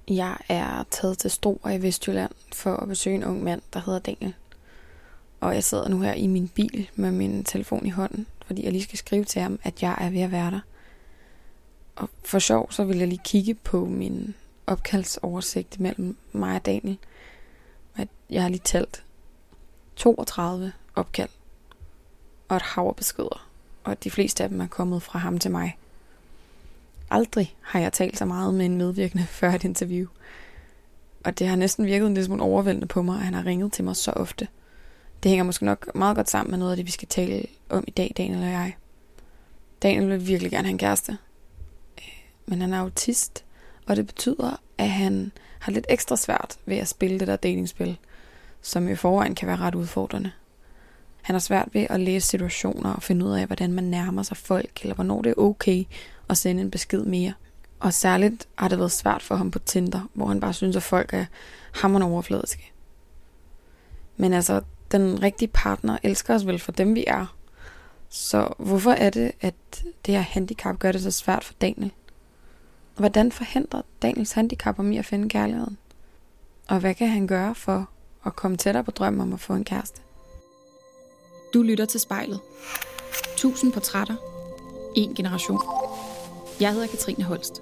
Jeg er taget til Struer i Vestjylland for at besøge en ung mand, der hedder Daniel. Og jeg sidder nu her i min bil med min telefon i hånden, fordi jeg lige skal skrive til ham, at jeg er ved at være der. Og for sjov, så vil jeg lige kigge på min opkaldsoversigt mellem mig og Daniel. Jeg har lige talt 32 opkald og et hav af beskeder, og de fleste af dem er kommet fra ham til mig. Aldrig har jeg talt så meget med en medvirkende før et interview. Og det har næsten virket en lille smule overvældende på mig, at han har ringet til mig så ofte. Det hænger måske nok meget godt sammen med noget af det, vi skal tale om i dag, Daniel og jeg. Daniel vil virkelig gerne have en kæreste. Men han er autist, og det betyder, at han har lidt ekstra svært ved at spille det der datingspil, som i forvejen kan være ret udfordrende. Han har svært ved at læse situationer og finde ud af, hvordan man nærmer sig folk, eller hvornår det er okay at sende en besked mere. Og særligt har det været svært for ham på Tinder, hvor han bare synes, at folk er hamrende overfladiske. Men altså, den rigtige partner elsker os vel for dem, vi er. Så hvorfor er det, at det her handicap gør det så svært for Daniel? Hvordan forhindrer Daniels handicap ham i at finde kærligheden? Og hvad kan han gøre for at komme tættere på drømmen om at få en kæreste? Du lytter til Spejlet. 1000 portrætter. 1 generation. Jeg hedder Katrine Holst.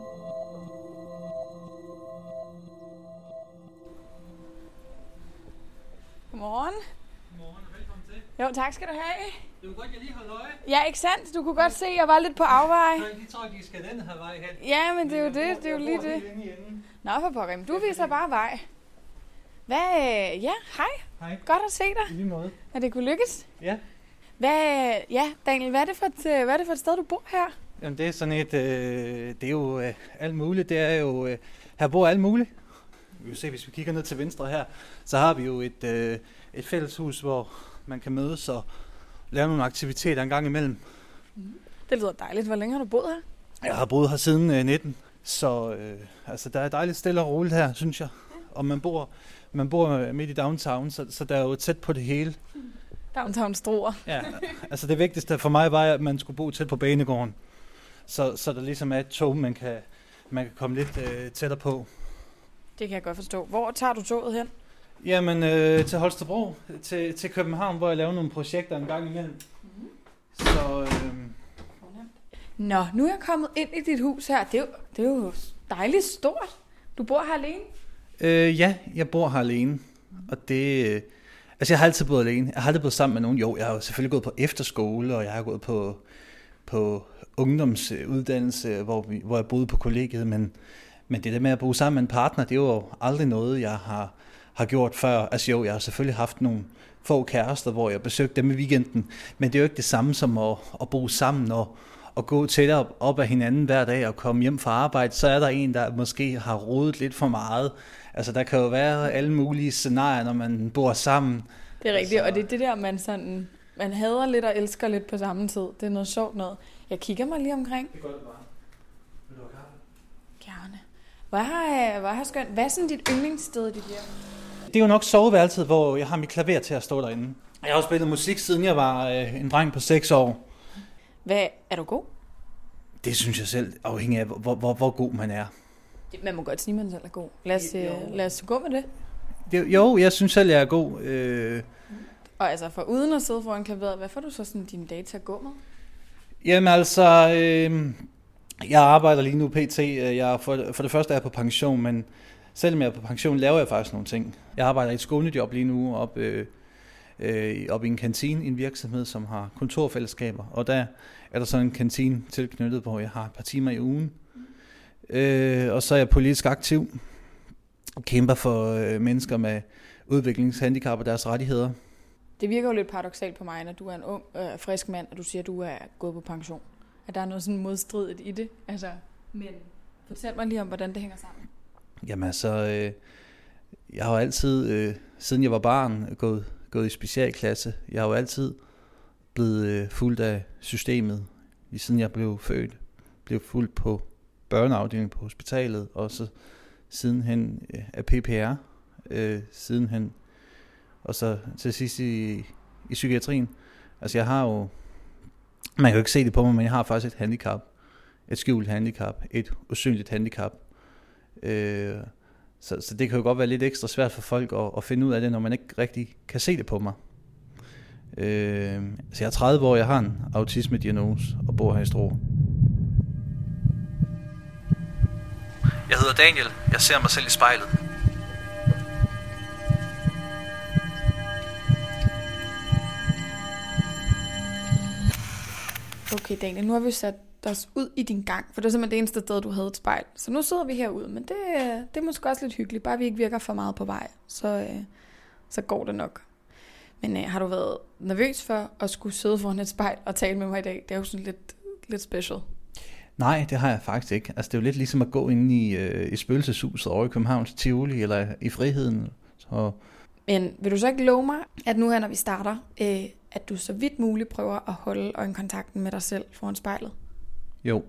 Godmorgen. Godmorgen og velkommen til. Jo, tak skal du have. Det var godt, jeg lige holdt øje. Ja, ikke sandt? Du kunne godt se, at jeg var lidt på afvej. Jeg lige tror, at de skal den her vej hen. Ja, men det er jo det. Det er jo lige det. Nå, for pokker. Du viser bare vej. Hvad? Ja, hej. Hej. Godt at se dig. I lige måde. Er det kunne lykkes? Ja. Ja, Daniel, hvad er det for et sted, du bor her? Jamen, det er sådan et... det er jo alt muligt. Det er jo... her bor alt muligt. Vi kan se, hvis vi kigger ned til venstre her, så har vi jo et fælleshus, hvor man kan mødes og lave nogle aktiviteter en gang imellem. Det lyder dejligt. Hvor længe har du boet her? Jeg har boet her siden 19, så altså, der er dejligt stille og roligt her, synes jeg. Og man bor midt i downtown, så der er jo tæt på det hele. Downtown Struer. Ja, altså det vigtigste for mig var, at man skulle bo tæt på banegården. Så der ligesom er et tog, man kan komme lidt tættere på. Det kan jeg godt forstå. Hvor tager du toget hen? Jamen til Holstebro, til København, hvor jeg laver nogle projekter en gang imellem. Så Nå, nu er jeg kommet ind i dit hus her. Det er jo dejligt stort. Du bor her alene? ja, jeg bor her alene. Og det... altså jeg har altid boet alene. Jeg har aldrig boet sammen med nogen. Jo, jeg har jo selvfølgelig gået på efterskole, og jeg har gået på ungdomsuddannelse, hvor jeg boede på kollegiet. Men det der med at bo sammen med en partner, det er jo aldrig noget, jeg har gjort før. Altså jo, jeg har selvfølgelig haft nogle få kærester, hvor jeg besøgte dem i weekenden. Men det er jo ikke det samme som at bo sammen og gå tættere op af hinanden hver dag og komme hjem fra arbejde. Så er der en, der måske har rodet lidt for meget. Altså der kan jo være alle mulige scenarier, når man bor sammen. Det er rigtigt, og det er det der, man hader lidt og elsker lidt på samme tid. Det er noget sjovt noget. Jeg kigger mig lige omkring. Det gør det bare. Vil du have kaffe? Gerne. Hvor har skønt. Hvad er sådan dit yndlingssted i dit hjem? Det er jo nok soveværelset, hvor jeg har mit klaver til at stå derinde. Jeg har jo spillet musik, siden jeg var en dreng på 6 år. Hvad, er du god? Det synes jeg selv, afhængig af, hvor god man er. Man må godt sige, at man selv er god. Lad os gå med det. Jo, jeg synes selv, jeg er god. Og altså, for uden at sidde foran klaveret, hvad får du så sådan dine dage til at gå med? Jamen altså, jeg arbejder lige nu pt. For det første er jeg på pension, men selvom jeg er på pension, laver jeg faktisk nogle ting. Jeg arbejder i et skolejob lige nu op i en kantine i en virksomhed, som har kontorfællesskaber. Og der er der sådan en kantine tilknyttet, hvor jeg har et par timer i ugen. Og så er jeg politisk aktiv og kæmper for mennesker med udviklingshandicap og deres rettigheder. Det virker jo lidt paradoksalt på mig, når du er en ung, frisk mand, og du siger, at du er gået på pension. At der er noget sådan modstridigt i det. Altså, men fortæl mig lige om, hvordan det hænger sammen. Jamen altså, jeg har jo altid, siden jeg var barn, gået i specialklasse. Jeg har jo altid blevet fulgt af systemet, lige siden jeg blev født. Blev fulgt på børneafdelingen på hospitalet, og så sidenhen af PPR, sidenhen, og så til sidst i psykiatrien. Altså jeg har jo, man kan jo ikke se det på mig, men jeg har faktisk et handicap, et skjult handicap, et usynligt handicap. Så det kan jo godt være lidt ekstra svært for folk at finde ud af det, når man ikke rigtig kan se det på mig. Så jeg er 30 år, jeg har en autisme-diagnose og bor her i Struer. Jeg hedder Daniel, jeg ser mig selv i spejlet. Okay, Daniel, nu har vi sat os ud i din gang, for det er simpelthen det eneste sted, du havde et spejl. Så nu sidder vi herude, men det er måske også lidt hyggeligt. Bare vi ikke virker for meget på vej, så går det nok. Men har du været nervøs for at skulle sidde foran et spejl og tale med mig i dag? Det er jo sådan lidt special. Nej, det har jeg faktisk ikke. Altså, det er jo lidt ligesom at gå ind i spøgelseshuset over i Københavns Tivoli eller i Friheden. Så... Men vil du så ikke love mig, at nu her, når vi starter, at du så vidt muligt prøver at holde øjenkontakten med dig selv foran spejlet? Jo.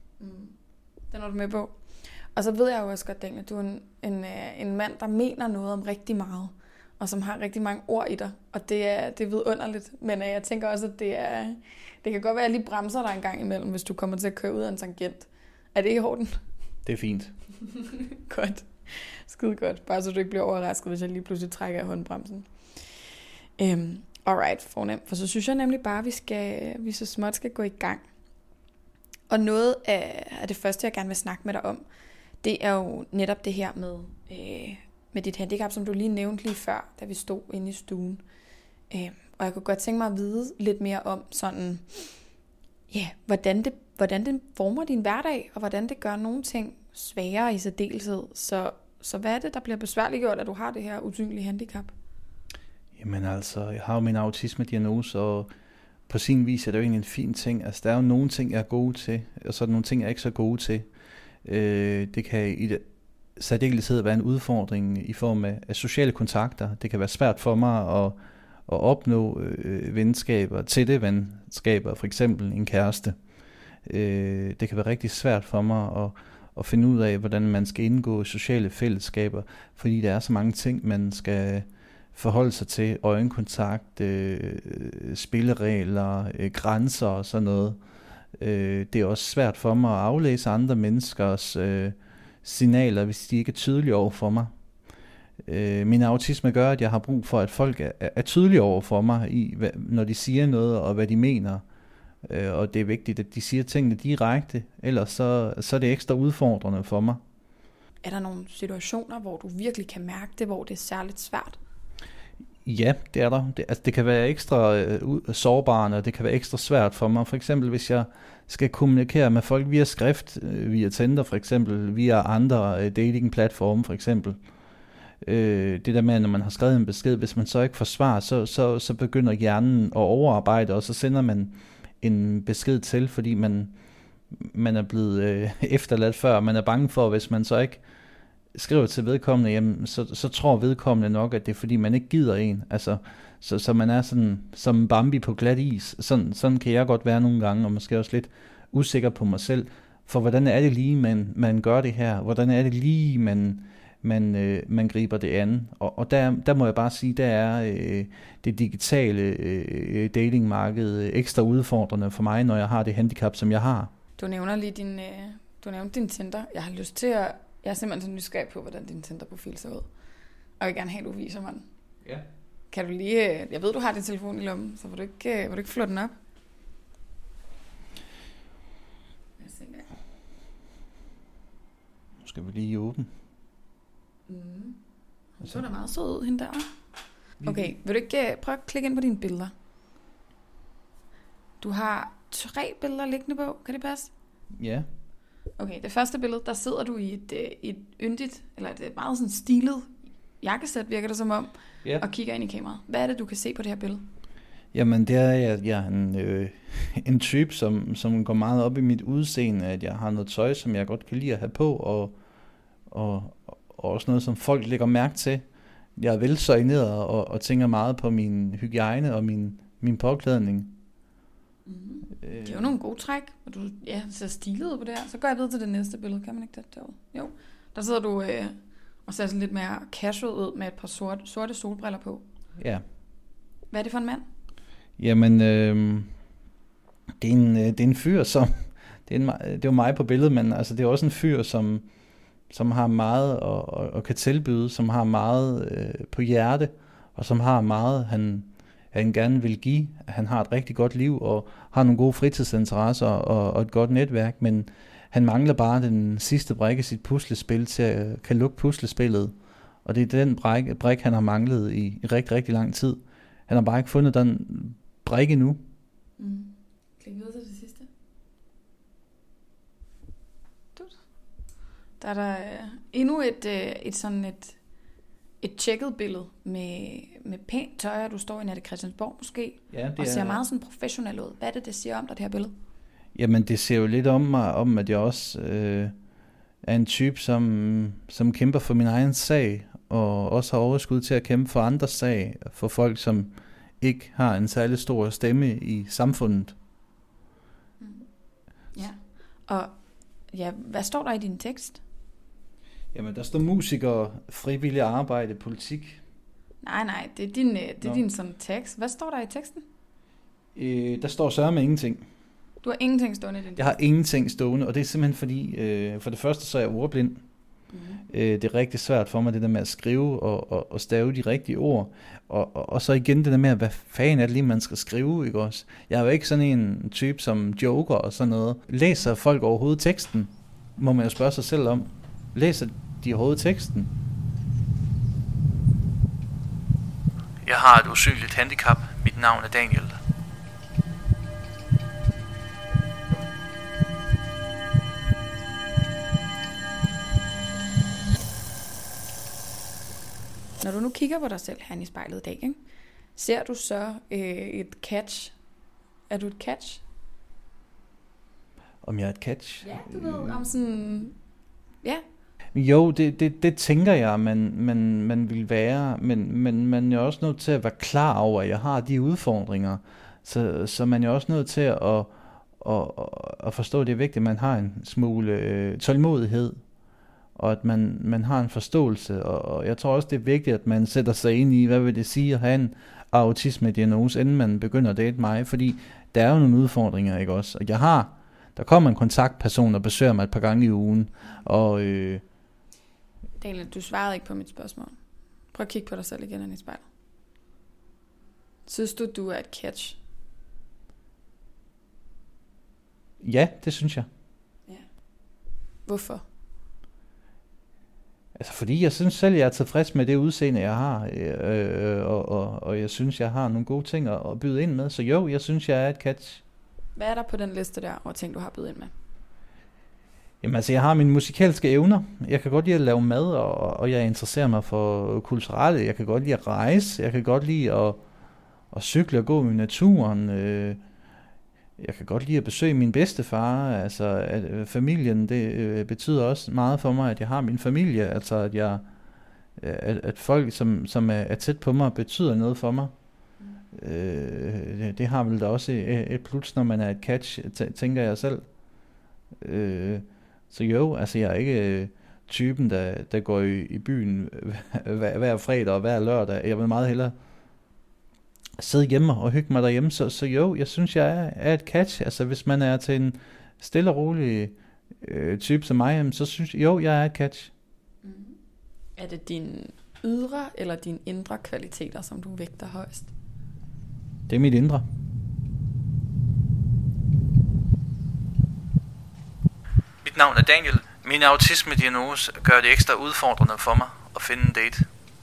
Den er du med på. Og så ved jeg jo også godt, Daniel, at du er en mand, der mener noget om rigtig meget, og som har rigtig mange ord i dig, og det er vidunderligt. Men jeg tænker også, at det kan godt være, at jeg lige bremser dig en gang imellem, hvis du kommer til at køre ud af en tangent. Er det i orden? Det er fint. Godt. Skide godt. Bare så du ikke bliver overrasket, hvis jeg lige pludselig trækker af håndbremsen. Alright, fornemt. For så synes jeg nemlig bare, at vi så småt skal gå i gang. Og noget af det første, jeg gerne vil snakke med dig om, det er jo netop det her med dit handicap, som du lige nævnte lige før, da vi stod inde i stuen. Og jeg kunne godt tænke mig at vide lidt mere om sådan, hvordan det former din hverdag, og hvordan det gør nogle ting sværere i særdeleshed. Så hvad er det, der bliver besværliggjort, at du har det her usynlige handicap? Jamen altså, jeg har jo min autisme-diagnose, og på sin vis er det jo egentlig en fin ting. Altså, der er jo nogle ting, jeg er god til, og så er der nogle ting, jeg er ikke så god til. Det kan i det særdeleshed være en udfordring i form af sociale kontakter. Det kan være svært for mig at opnå venskaber, tætte venskaber, for eksempel en kæreste. Det kan være rigtig svært for mig at finde ud af, hvordan man skal indgå i sociale fællesskaber, fordi der er så mange ting, man skal forholde sig til. Øjenkontakt, spilleregler, grænser og sådan noget. Det er også svært for mig at aflæse andre menneskers signaler, hvis de ikke er tydelige over for mig. Min autisme gør, at jeg har brug for, at folk er tydelige over for mig, når de siger noget og hvad de mener. Og det er vigtigt, at de siger tingene direkte, ellers så er det ekstra udfordrende for mig. Er der nogle situationer, hvor du virkelig kan mærke det, hvor det er særligt svært? Ja, det er der. Det kan være ekstra sårbarende, og det kan være ekstra svært for mig. For eksempel, hvis jeg skal kommunikere med folk via skrift, via Tinder for eksempel, via andre dating-platforme for eksempel. Det der med, når man har skrevet en besked, hvis man så ikke får svar, så begynder hjernen at overarbejde, og så sender man en besked til, fordi man er blevet efterladt før. Man er bange for, hvis man så ikke skriver til vedkommende, jamen, så tror vedkommende nok, at det er fordi, man ikke gider en. Altså, så man er sådan som Bambi på glat is. Sådan kan jeg godt være nogle gange, og måske også lidt usikker på mig selv. For hvordan er det lige, man gør det her? Hvordan er det lige, man griber det an? Og der må jeg bare sige, der er det digitale datingmarked ekstra udfordrende for mig, når jeg har det handicap, som jeg har. Du nævner lige din Tinder. Jeg er simpelthen så nysgerrig på, hvordan din Tinder-profil ser ud. Og jeg vil gerne have, at du viser mig den. Ja. Kan du lige... Jeg ved, du har din telefon i lommen, så vil du ikke flå den op? Nu skal vi lige åbne. Så er der meget sød ud, hende der. Okay, vil du ikke prøve at klikke ind på dine billeder? Du har 3 billeder liggende på, kan det passe? Ja. Okay, det første billede, der sidder du i et yndigt, eller et meget sådan stilet jakkesæt, virker det som om, og kigger ind i kameraet. Hvad er det, du kan se på det her billede? Jamen, det er, at jeg er en type, som går meget op i mit udseende, at jeg har noget tøj, som jeg godt kan lide at have på, og også noget, som folk lægger mærke til. Jeg er velsøjneret og tænker meget på min hygiejne og min påklædning. Det er jo nogle gode træk, og du ser stilet ud på det her. Så går jeg videre til det næste billede, kan man ikke det derovre? Jo, der sidder du og ser sådan lidt mere casual ud med et par sorte solbriller på. Ja. Hvad er det for en mand? Jamen, det er en fyr, som... Det er jo mig på billedet, men altså, det er også en fyr, som som har meget og kan tilbyde, som har meget på hjerte, og som har meget, han gerne vil give. Han har et rigtig godt liv, og har nogle gode fritidsinteresser og et godt netværk, men han mangler bare den sidste brik i sit puslespil til at kan lukke puslespillet. Og det er den brik, han har manglet i rigtig, rigtig lang tid. Han har bare ikke fundet den brik endnu. Klik videre til det sidste. Der er der endnu et tjekket billede med pænt tøj, og du står i Nette Christiansborg måske, Ja, og ser meget sådan professionel ud. Hvad er det siger om dig, det her billede? Jamen, det ser jo lidt om mig, at jeg også er en type, som kæmper for min egen sag, og også har overskud til at kæmpe for andres sag, for folk, som ikke har en særlig stor stemme i samfundet. Ja, og ja, hvad står der i din tekst? Jamen, der står musikere, frivillig arbejde, politik. Nej, det er din sådan tekst. Hvad står der i teksten? Der står sørme ingenting. Du har ingenting stående i din tekst? Jeg har ingenting stående, og det er simpelthen fordi, for det første så er jeg ordblind. Det er rigtig svært for mig, det der med at skrive og stave de rigtige ord. Og så igen det der med, hvad fanden er det lige, man skal skrive, ikke også? Jeg er jo ikke sådan en type som joker og sådan noget. Læser folk overhovedet teksten? Må man jo spørge sig selv om. Læser de overhovedet teksten? Jeg har et usynligt handicap. Mit navn er Daniel. Når du nu kigger på dig selv her i spejlet i dag, ikke? Ser du så et catch? Er du et catch? Om jeg er et catch? Ja, du ved, om sådan... Ja. Jo, det tænker jeg, man vil være, men man er også nødt til at være klar over, at jeg har de udfordringer, så man er også nødt til at forstå, at det er vigtigt, at man har en smule tålmodighed, og at man har en forståelse, og jeg tror også, det er vigtigt, at man sætter sig ind i, hvad vil det sige at have en autisme-diagnose, inden man begynder at date mig, fordi der er jo nogle udfordringer, ikke også? Og der kommer en kontaktperson, der besøger mig et par gange i ugen, og... Daniel, du svarede ikke på mit spørgsmål. Prøv at kigge på dig selv igen i spejlet. Synes du er et catch? Ja, det synes jeg. Ja. Hvorfor? Altså fordi jeg synes selv, jeg er tilfreds med det udseende, jeg har, og jeg synes, jeg har nogle gode ting at byde ind med. Så jo, jeg synes, jeg er et catch. Hvad er der på den liste der, over ting, du har bydet ind med? Jamen altså, jeg har mine musikalske evner. Jeg kan godt lide at lave mad, og jeg interesserer mig for kulturelle. Jeg kan godt lide at rejse. Jeg kan godt lide at cykle og gå i naturen. Jeg kan godt lide at besøge min bedstefar. Altså, at familien, det betyder også meget for mig, at jeg har min familie. Altså, at folk, som er tæt på mig, betyder noget for mig. Det har vel da også et plus, når man er et catch, tænker jeg selv. Så jo, altså jeg er ikke typen, der går i byen hver fredag og hver lørdag. Jeg vil meget hellere sidde hjemme og hygge mig derhjemme. Så jo, jeg synes, jeg er et catch. Altså hvis man er til en stille og rolig type som mig, så synes jeg, jo, jeg er et catch. Er det dine ydre eller dine indre kvaliteter, som du vægter højst? Det er mit indre. Mit navn er Daniel. Min autisme-diagnose gør det ekstra udfordrende for mig at finde en date.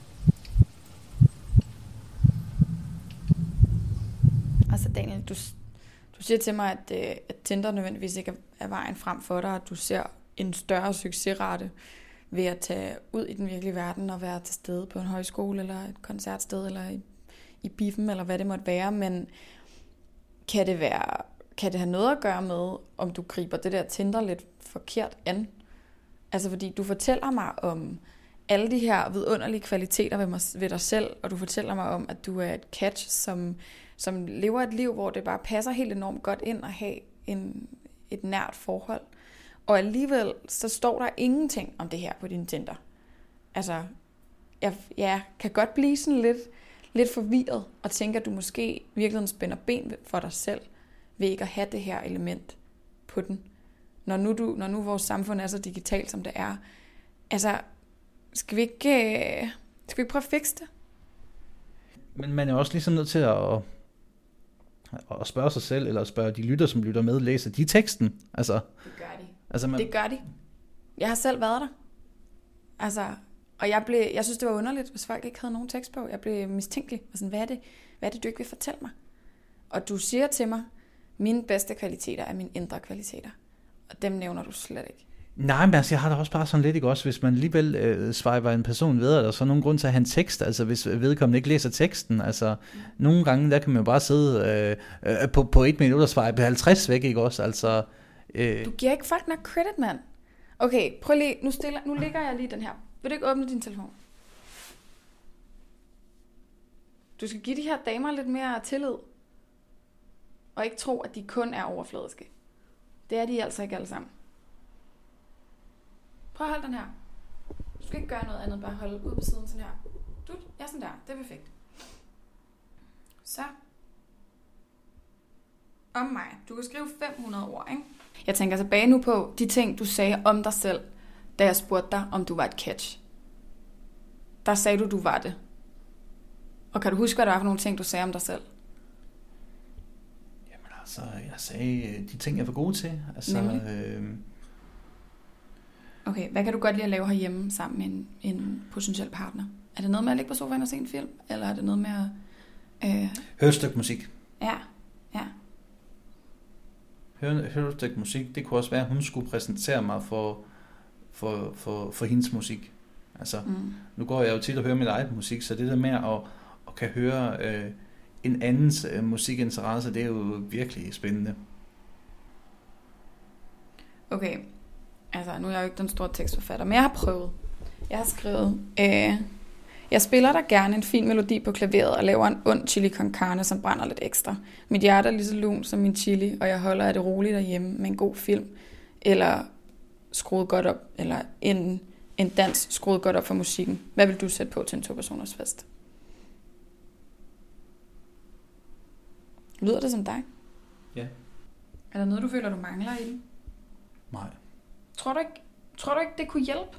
Altså Daniel, du siger til mig, at Tinder nødvendigvis ikke er vejen frem for dig, at du ser en større succesrate ved at tage ud i den virkelige verden og være til stede på en højskole eller et koncertsted eller i biffen eller hvad det måtte være, men kan det have noget at gøre med, om du griber det der Tinder lidt forkert an? Altså fordi du fortæller mig om alle de her vidunderlige kvaliteter ved dig selv, og du fortæller mig om, at du er et catch, som lever et liv, hvor det bare passer helt enormt godt ind at have et nært forhold. Og alligevel, så står der ingenting om det her på din Tinder. Altså, jeg kan godt blive sådan lidt forvirret, og tænker, at du måske virkelig spænder ben for dig selv, ved ikke at have det her element på den. Når nu vores samfund er så digitalt, som det er, Altså, skal vi ikke prøve at fikse det? Men man er også ligesom nødt til at spørge sig selv, eller spørge de lytter, som lytter med, læser de teksten? Altså, Det gør de. altså Det gør de. Jeg har selv været der. Altså, og jeg synes, det var underligt, hvis folk ikke havde nogen tekst på. Jeg blev mistænkelig. Og sådan, hvad er det, du ikke vil fortælle mig? Og du siger til mig, mine bedste kvaliteter er mine indre kvaliteter. Og dem nævner du slet ikke. Nej, men altså, jeg har da også bare sådan lidt, ikke også, hvis man alligevel swiper en person videre, der er så nogen grund til at have en tekst, altså hvis vedkommende ikke læser teksten, altså nogle gange, der kan man jo bare sidde på 1 minut og swipe 50 væk, ikke også, altså. Du giver ikke folk nok credit, mand. Okay, prøv lige, nu ligger jeg lige den her. Vil du ikke åbne din telefon? Du skal give de her damer lidt mere tillid. Og ikke tro, at de kun er overfladiske. Det er de altså ikke alle sammen. Prøv at holde den her. Du skal ikke gøre noget andet, bare holde ud på siden sådan her. Ja, sådan der. Det er perfekt. Så. Om mig. Du kan skrive 500 ord, ikke? Jeg tænker tilbage nu på de ting, du sagde om dig selv, da jeg spurgte dig, om du var et catch. Der sagde du var det. Og kan du huske, hvad det var for nogle ting, du sagde om dig selv? Jamen altså, jeg sagde de ting, jeg var god til. Altså, Okay, hvad kan du godt lide at lave herhjemme sammen med en potentiel partner? Er det noget med at ligge på sofaen og se en film? Eller er det noget med at... Høre et stykke musik. Ja. Høre et stykke musik, det kunne også være, at hun skulle præsentere mig for hendes musik. Altså, nu går jeg jo til at høre mit eget musik, så det der med at kan høre en andens musikinteresse, det er jo virkelig spændende. Okay, altså nu er jeg jo ikke den store tekstforfatter, men jeg har prøvet. Jeg har skrevet, jeg spiller der gerne en fin melodi på klaveret og laver en ond chili con carne, som brænder lidt ekstra. Mit hjerte er lige så lunt som min chili, og jeg holder af det roligt derhjemme med en god film, eller skruet godt op, eller en dans skruet godt op for musikken. Hvad vil du sætte på til en 2-personers fest? Lyder det som dig? Ja. Er der noget, du føler, du mangler i den? Nej. Tror du ikke, det kunne hjælpe?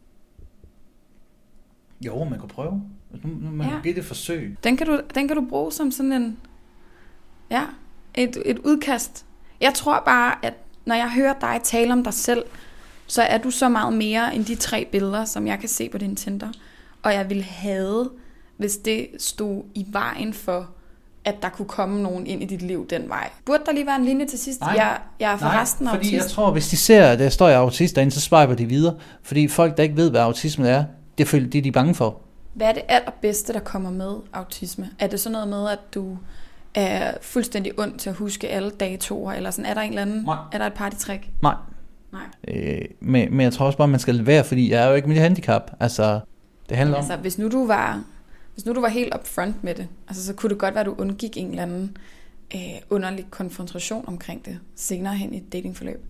Jo, man kan prøve. Man kan give det et forsøg. Den kan du bruge som sådan en... Ja, et udkast. Jeg tror bare, at når jeg hører dig tale om dig selv, så er du så meget mere end de 3 billeder, som jeg kan se på din Tinder. Og jeg ville hade, hvis det stod i vejen for, at der kunne komme nogen ind i dit liv den vej. Burde der lige være en linje til sidst? Nej, jeg er forresten fordi autist. Jeg tror, hvis de ser, at der står jeg autist derinde, så swiper de videre. Fordi folk, der ikke ved, hvad autisme er, det er de bange for. Hvad er det allerbedste, der kommer med autisme? Er det sådan noget med, at du er fuldstændig ond til at huske alle datoer, eller sådan? Er der en eller anden? Nej. Er der et partytrick? Nej. Men jeg tror også bare, man skal lade være, fordi jeg er jo ikke mit handicap. Altså, det handler om... Altså, hvis nu du var helt upfront med det, altså, så kunne det godt være, at du undgik en eller anden underlig konfrontation omkring det senere hen i et datingforløb.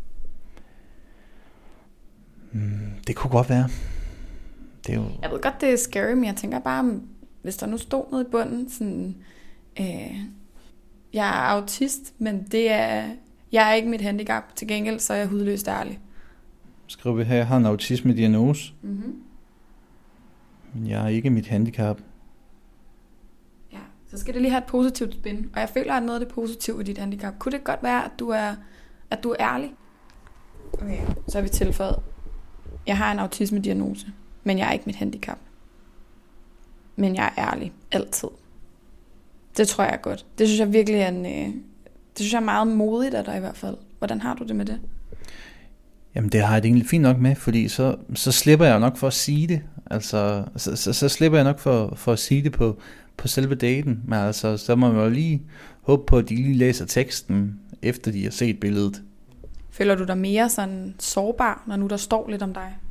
Det kunne godt være. Det er jo... Jeg ved godt, det er scary, men jeg tænker bare, hvis der nu stod noget i bunden, sådan, jeg er autist, men jeg er ikke mit handicap. Til gengæld, så er jeg hudløst ærlig. Skriver vi her, jeg har en autisme-diagnose. Mm-hmm. Men jeg er ikke mit handicap. Ja, så skal det lige have et positivt spin. Og jeg føler, at noget af det positive i dit handicap, kunne det godt være, at du er ærlig? Okay, så har vi tilføjet, jeg har en autisme-diagnose, men jeg er ikke mit handicap. Men jeg er ærlig, altid. Det tror jeg er godt. Det synes jeg virkelig er det synes jeg er meget modigt af dig i hvert fald. Hvordan har du det med det? Jamen det har jeg det egentlig fint nok med, fordi så slipper jeg nok for at sige det. Altså, så slipper jeg nok for at sige det på selve daten. Men altså, så må man jo lige håbe på, at de lige læser teksten, efter de har set billedet. Føler du dig mere sådan sårbar, når nu der står lidt om dig?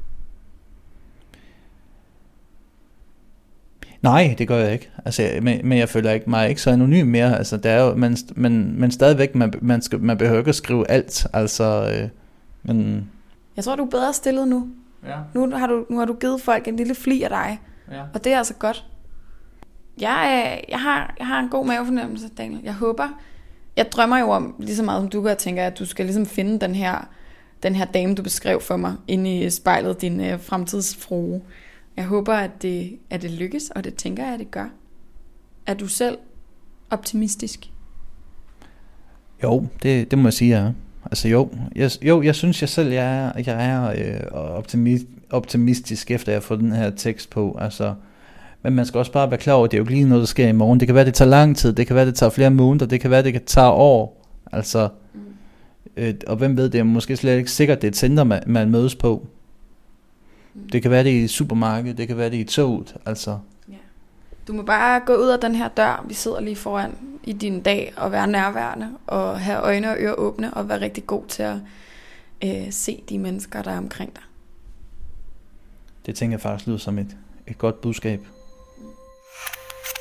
Nej, det gør jeg ikke. Altså, men jeg føler mig ikke så anonym mere. Altså, det er jo, men stadigvæk, man behøver ikke at skrive alt. Altså, men... Jeg tror, du er bedre stillet nu. Ja. Nu har du givet folk en lille fli af dig. Ja. Og det er altså godt. Jeg har en god mavefornemmelse, Daniel. Jeg håber. Jeg drømmer jo om, lige så meget som du gør, tænker, at du skal ligesom finde den her den her dame, du beskrev for mig, inde i spejlet, din fremtidsfrue. Jeg håber, at det lykkes, og det tænker jeg, at det gør. Er du selv optimistisk? Jo, det må jeg sige, ja. Altså jeg synes jeg selv, jeg er optimistisk, efter jeg har fået den her tekst på. Altså, men man skal også bare være klar over, at det er jo ikke lige noget, der sker i morgen. Det kan være, det tager lang tid, det kan være, det tager flere måneder, det kan være, det kan tage år. Altså, og hvem ved, det er måske slet ikke sikkert, det er et center, man mødes på. Det kan være, det er i supermarkedet, det kan være, det er i toget, altså. Ja. Du må bare gå ud af den her dør, vi sidder lige foran i din dag, og være nærværende, og have øjne og ører åbne, og være rigtig god til at se de mennesker, der er omkring dig. Det tænker jeg faktisk lyder som et godt budskab.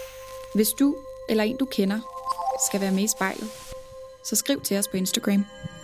Hvis du eller en, du kender, skal være med i spejlet, så skriv til os på Instagram.